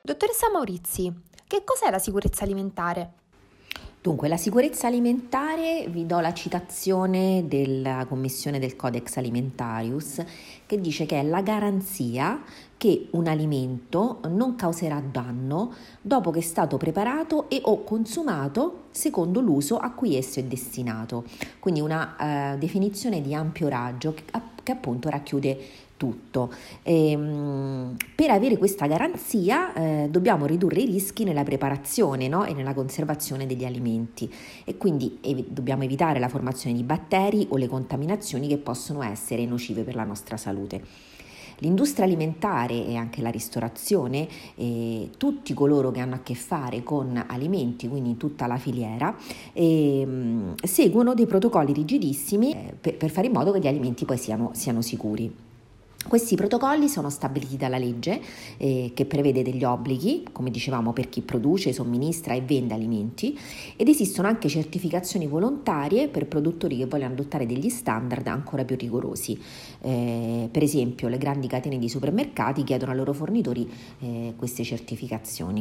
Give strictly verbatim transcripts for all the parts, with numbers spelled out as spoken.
Dottoressa Maurizi, che cos'è la sicurezza alimentare? Dunque, la sicurezza alimentare, vi do la citazione della Commissione del Codex Alimentarius, che dice che è la garanzia che un alimento non causerà danno dopo che è stato preparato e o consumato secondo l'uso a cui esso è destinato. Quindi una eh, definizione di ampio raggio che, che appunto racchiude tutto. E, per avere questa garanzia eh, dobbiamo ridurre i rischi nella preparazione, no? E nella conservazione degli alimenti, e quindi ev- dobbiamo evitare la formazione di batteri o le contaminazioni che possono essere nocive per la nostra salute. L'industria alimentare e anche la ristorazione, eh, tutti coloro che hanno a che fare con alimenti, quindi tutta la filiera, eh, seguono dei protocolli rigidissimi eh, per, per fare in modo che gli alimenti poi siano, siano sicuri. Questi protocolli sono stabiliti dalla legge eh, che prevede degli obblighi, come dicevamo, per chi produce, somministra e vende alimenti, ed esistono anche certificazioni volontarie per produttori che vogliono adottare degli standard ancora più rigorosi. Eh, per esempio, le grandi catene di supermercati chiedono ai loro fornitori eh, queste certificazioni.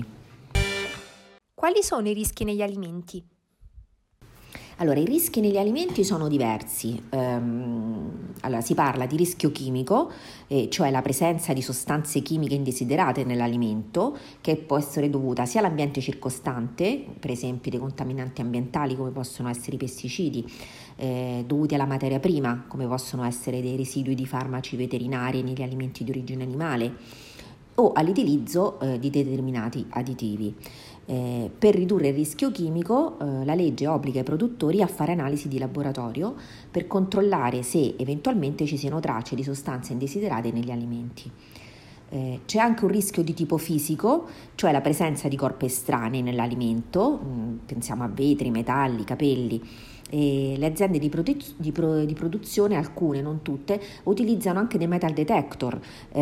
Quali sono i rischi negli alimenti? Allora, i rischi negli alimenti sono diversi. Ehm, allora, si parla di rischio chimico, eh, cioè la presenza di sostanze chimiche indesiderate nell'alimento, che può essere dovuta sia all'ambiente circostante, per esempio dei contaminanti ambientali come possono essere i pesticidi, eh, dovuti alla materia prima, come possono essere dei residui di farmaci veterinari negli alimenti di origine animale, o all'utilizzo eh, di determinati additivi. Eh, per ridurre il rischio chimico, eh, la legge obbliga i produttori a fare analisi di laboratorio per controllare se eventualmente ci siano tracce di sostanze indesiderate negli alimenti. Eh, c'è anche un rischio di tipo fisico, cioè la presenza di corpi estranei nell'alimento, mh, pensiamo a vetri, metalli, capelli. E le aziende di, prote- di, pro- di produzione, alcune, non tutte, utilizzano anche dei metal detector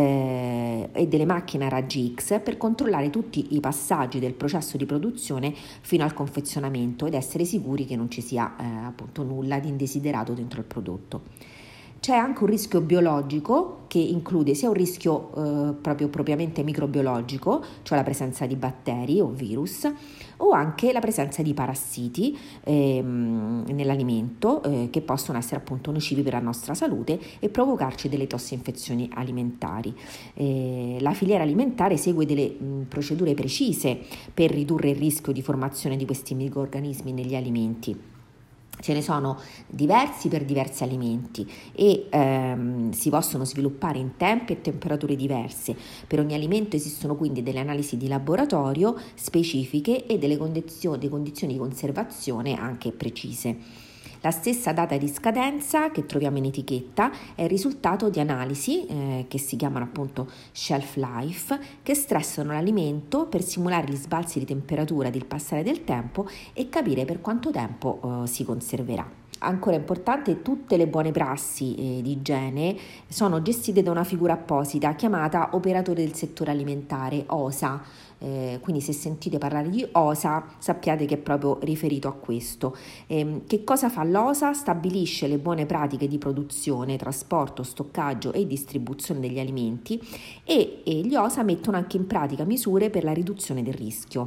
eh, e delle macchine a raggi X per controllare tutti i passaggi del processo di produzione fino al confezionamento ed essere sicuri che non ci sia eh, appunto nulla di indesiderato dentro il prodotto. C'è anche un rischio biologico che include sia un rischio eh, proprio propriamente microbiologico, cioè la presenza di batteri o virus, o anche la presenza di parassiti ehm, nell'alimento eh, che possono essere appunto nocivi per la nostra salute e provocarci delle tossinfezioni alimentari. Eh, la filiera alimentare segue delle mh, procedure precise per ridurre il rischio di formazione di questi microrganismi negli alimenti. Ce ne sono diversi per diversi alimenti e ehm, si possono sviluppare in tempi e temperature diverse. Per ogni alimento esistono quindi delle analisi di laboratorio specifiche e delle condizioni, delle condizioni di conservazione anche precise. La stessa data di scadenza che troviamo in etichetta è il risultato di analisi eh, che si chiamano appunto shelf life, che stressano l'alimento per simulare gli sbalzi di temperatura del passare del tempo e capire per quanto tempo eh, si conserverà. Ancora importante, tutte le buone prassi eh, di igiene sono gestite da una figura apposita chiamata operatore del settore alimentare, O S A. Eh, quindi se sentite parlare di O S A sappiate che è proprio riferito a questo. Eh, che cosa fa l'O S A? Stabilisce le buone pratiche di produzione, trasporto, stoccaggio e distribuzione degli alimenti e, e gli O S A mettono anche in pratica misure per la riduzione del rischio.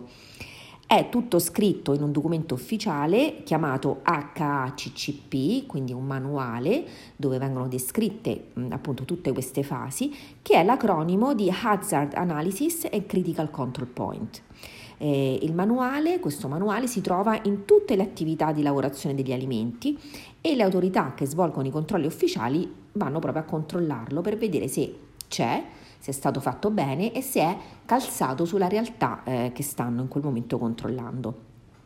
È tutto scritto in un documento ufficiale chiamato H A C C P, quindi un manuale dove vengono descritte mh, appunto tutte queste fasi, che è l'acronimo di Hazard Analysis and Critical Control Point. Eh, il manuale, questo manuale si trova in tutte le attività di lavorazione degli alimenti e le autorità che svolgono i controlli ufficiali vanno proprio a controllarlo per vedere se c'è, se è stato fatto bene e se è calzato sulla realtà eh, che stanno in quel momento controllando.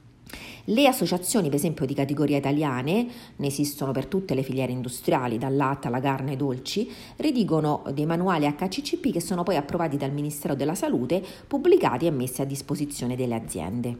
Le associazioni, per esempio, di categoria italiane, ne esistono per tutte le filiere industriali, dal latte alla carne ai dolci, redigono dei manuali H A C C P che sono poi approvati dal Ministero della Salute, pubblicati e messi a disposizione delle aziende.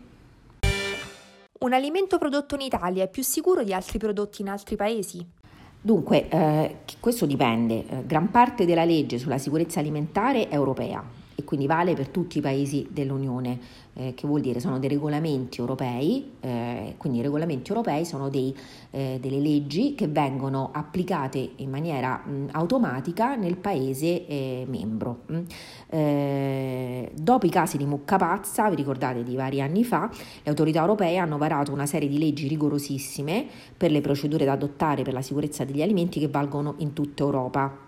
Un alimento prodotto in Italia è più sicuro di altri prodotti in altri paesi? Dunque, eh, questo dipende. Eh, gran parte della legge sulla sicurezza alimentare è europea e quindi vale per tutti i paesi dell'Unione, eh, che vuol dire sono dei regolamenti europei, eh, quindi i regolamenti europei sono dei, eh, delle leggi che vengono applicate in maniera mh, automatica nel paese eh, membro. Mm. Eh, dopo i casi di mucca pazza, vi ricordate di vari anni fa, le autorità europee hanno varato una serie di leggi rigorosissime per le procedure da adottare per la sicurezza degli alimenti che valgono in tutta Europa.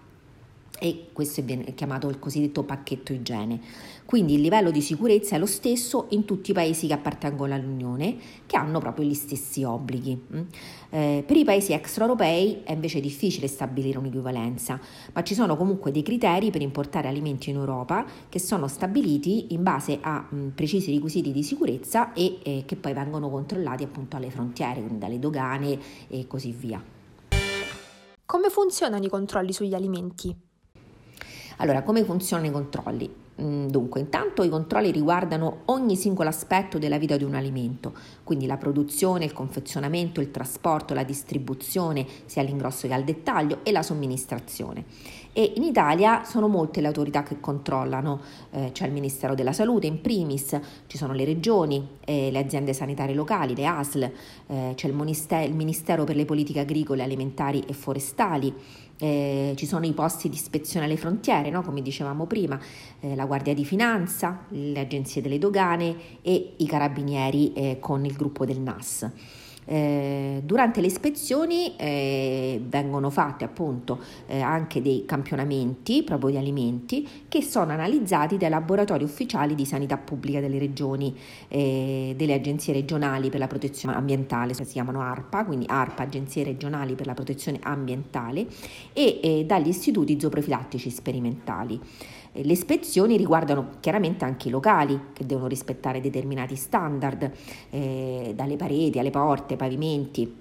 E questo è chiamato il cosiddetto pacchetto igiene. Quindi il livello di sicurezza è lo stesso in tutti i paesi che appartengono all'Unione, che hanno proprio gli stessi obblighi. Eh, per i paesi extraeuropei è invece difficile stabilire un'equivalenza, ma ci sono comunque dei criteri per importare alimenti in Europa che sono stabiliti in base a mh, precisi requisiti di sicurezza e eh, che poi vengono controllati appunto alle frontiere, quindi dalle dogane e così via. Come funzionano i controlli sugli alimenti? Allora, come funzionano i controlli? Dunque, intanto i controlli riguardano ogni singolo aspetto della vita di un alimento, quindi la produzione, il confezionamento, il trasporto, la distribuzione, sia all'ingrosso che al dettaglio, e la somministrazione. E in Italia sono molte le autorità che controllano, eh, c'è il Ministero della Salute in primis, ci sono le regioni, eh, le aziende sanitarie locali, le A S L, eh, c'è il Ministero, il Ministero per le politiche agricole, alimentari e forestali. Eh, ci sono i posti di ispezione alle frontiere, no? Come dicevamo prima, eh, la Guardia di Finanza, le agenzie delle dogane e i carabinieri eh, con il gruppo del N A S. Eh, durante le ispezioni eh, vengono fatte appunto eh, anche dei campionamenti proprio di alimenti che sono analizzati dai laboratori ufficiali di sanità pubblica delle regioni, eh, delle agenzie regionali per la protezione ambientale, si chiamano ARPA, quindi ARPA, agenzie regionali per la protezione ambientale, e eh, dagli istituti zooprofilattici sperimentali. Le ispezioni riguardano chiaramente anche i locali che devono rispettare determinati standard, eh, dalle pareti alle porte, ai pavimenti.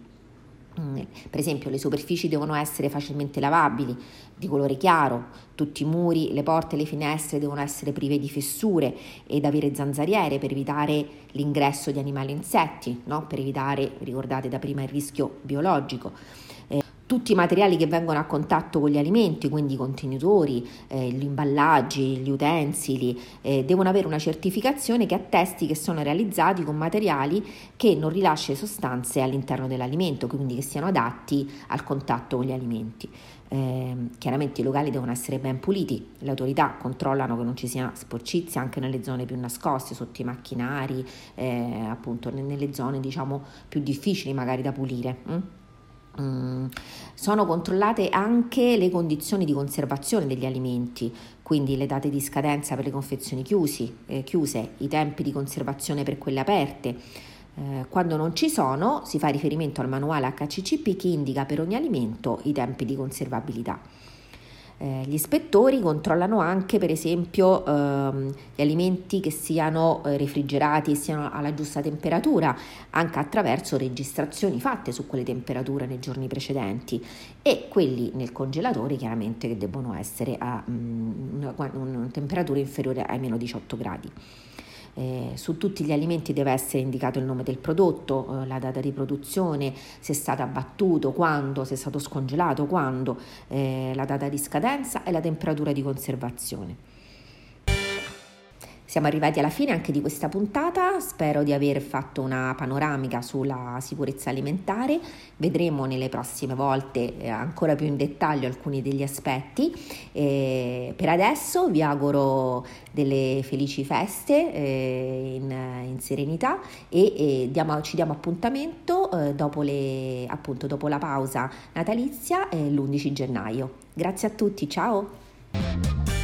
Per esempio, le superfici devono essere facilmente lavabili, di colore chiaro, tutti i muri, le porte e le finestre devono essere prive di fessure ed avere zanzariere per evitare l'ingresso di animali e insetti, no? Per evitare, ricordate da prima, il rischio biologico. Tutti i materiali che vengono a contatto con gli alimenti, quindi i contenitori, eh, gli imballaggi, gli utensili, eh, devono avere una certificazione che attesti che sono realizzati con materiali che non rilasciano sostanze all'interno dell'alimento, quindi che siano adatti al contatto con gli alimenti. Eh, chiaramente i locali devono essere ben puliti, le autorità controllano che non ci sia sporcizia anche nelle zone più nascoste, sotto i macchinari, eh, appunto nelle zone diciamo più difficili magari da pulire. Hm? Mm. Sono controllate anche le condizioni di conservazione degli alimenti, quindi le date di scadenza per le confezioni chiusi, eh, chiuse, i tempi di conservazione per quelle aperte. Eh, quando non ci sono, si fa riferimento al manuale H A C C P che indica per ogni alimento i tempi di conservabilità. Eh, gli ispettori controllano anche, per esempio, ehm, gli alimenti che siano eh, refrigerati e siano alla giusta temperatura, anche attraverso registrazioni fatte su quelle temperature nei giorni precedenti, e quelli nel congelatore chiaramente che debbono essere a mm, una, una temperatura inferiore ai meno diciotto gradi. Eh, su tutti gli alimenti deve essere indicato il nome del prodotto, eh, la data di produzione, se è stato abbattuto, quando, se è stato scongelato, quando, eh, la data di scadenza e la temperatura di conservazione. Siamo arrivati alla fine anche di questa puntata, spero di aver fatto una panoramica sulla sicurezza alimentare, vedremo nelle prossime volte eh, ancora più in dettaglio alcuni degli aspetti. Eh, per adesso vi auguro delle felici feste eh, in, in serenità e, e diamo, ci diamo appuntamento eh, dopo, le, appunto, dopo la pausa natalizia eh, l'undici gennaio. Grazie a tutti, ciao!